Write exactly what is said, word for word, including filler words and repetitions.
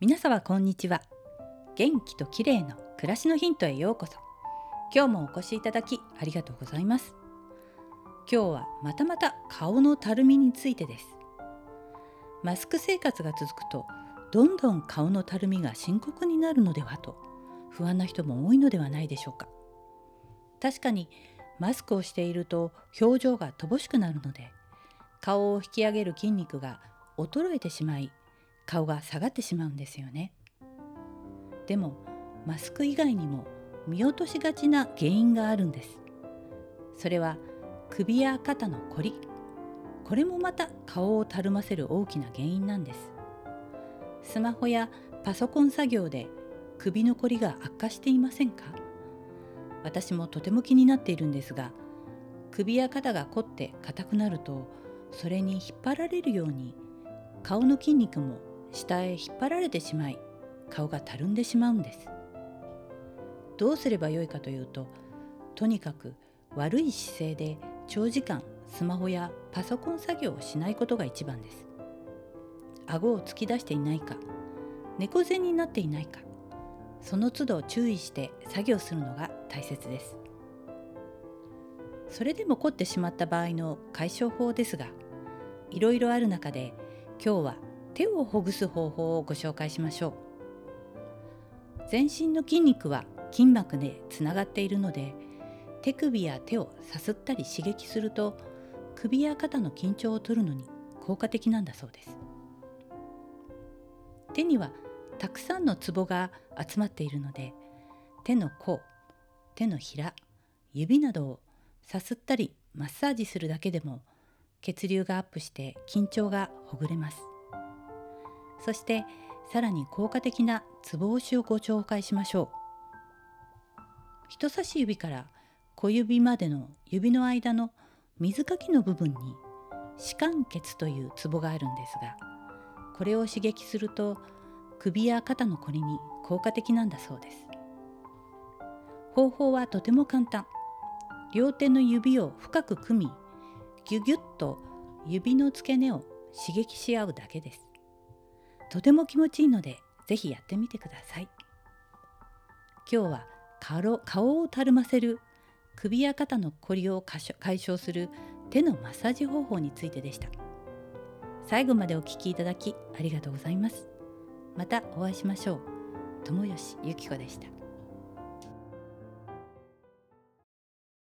皆様こんにちは。元気と綺麗の暮らしのヒントへようこそ。今日もお越しいただきありがとうございます。今日はまたまた顔のたるみについてです。マスク生活が続くとどんどん顔のたるみが深刻になるのではと不安な人も多いのではないでしょうか。確かにマスクをしていると表情が乏しくなるので、顔を引き上げる筋肉が衰えてしまい顔が下がってしまうんですよね。でもマスク以外にも見落としがちな原因があるんです。それは首や肩のこり。これもまた顔をたるませる大きな原因なんです。スマホやパソコン作業で首のこりが悪化していませんか？私もとても気になっているんですが、首や肩が凝って硬くなると、それに引っ張られるように顔の筋肉も下へ引っ張られてしまい、顔がたるんでしまうんです。どうすればよいかというと、とにかく悪い姿勢で長時間スマホやパソコン作業をしないことが一番です。顎を突き出していないか、猫背になっていないか、その都度注意して作業するのが大切です。それでも凝ってしまった場合の解消法ですが、いろいろある中で今日は手をほぐす方法をご紹介しましょう。全身の筋肉は筋膜でつながっているので、手首や手をさすったり刺激すると首や肩の緊張を取るのに効果的なんだそうです。手にはたくさんのツボが集まっているので、手の甲、手のひら、指などをさすったりマッサージするだけでも血流がアップして緊張がほぐれます。そしてさらに効果的なツボ押しをご紹介しましょう。人差し指から小指までの指の間の水かきの部分に趾間血というツボがあるんですが、これを刺激すると首や肩のこりに効果的なんだそうです。方法はとても簡単。両手の指を深く組み、ギュギュッと指の付け根を刺激し合うだけです。とても気持ちいいので、ぜひやってみてください。今日は顔、顔をたるませる首や肩のこりを解消する手のマッサージ方法についてでした。最後までお聞きいただきありがとうございます。またお会いしましょう。友吉ゆき子でした。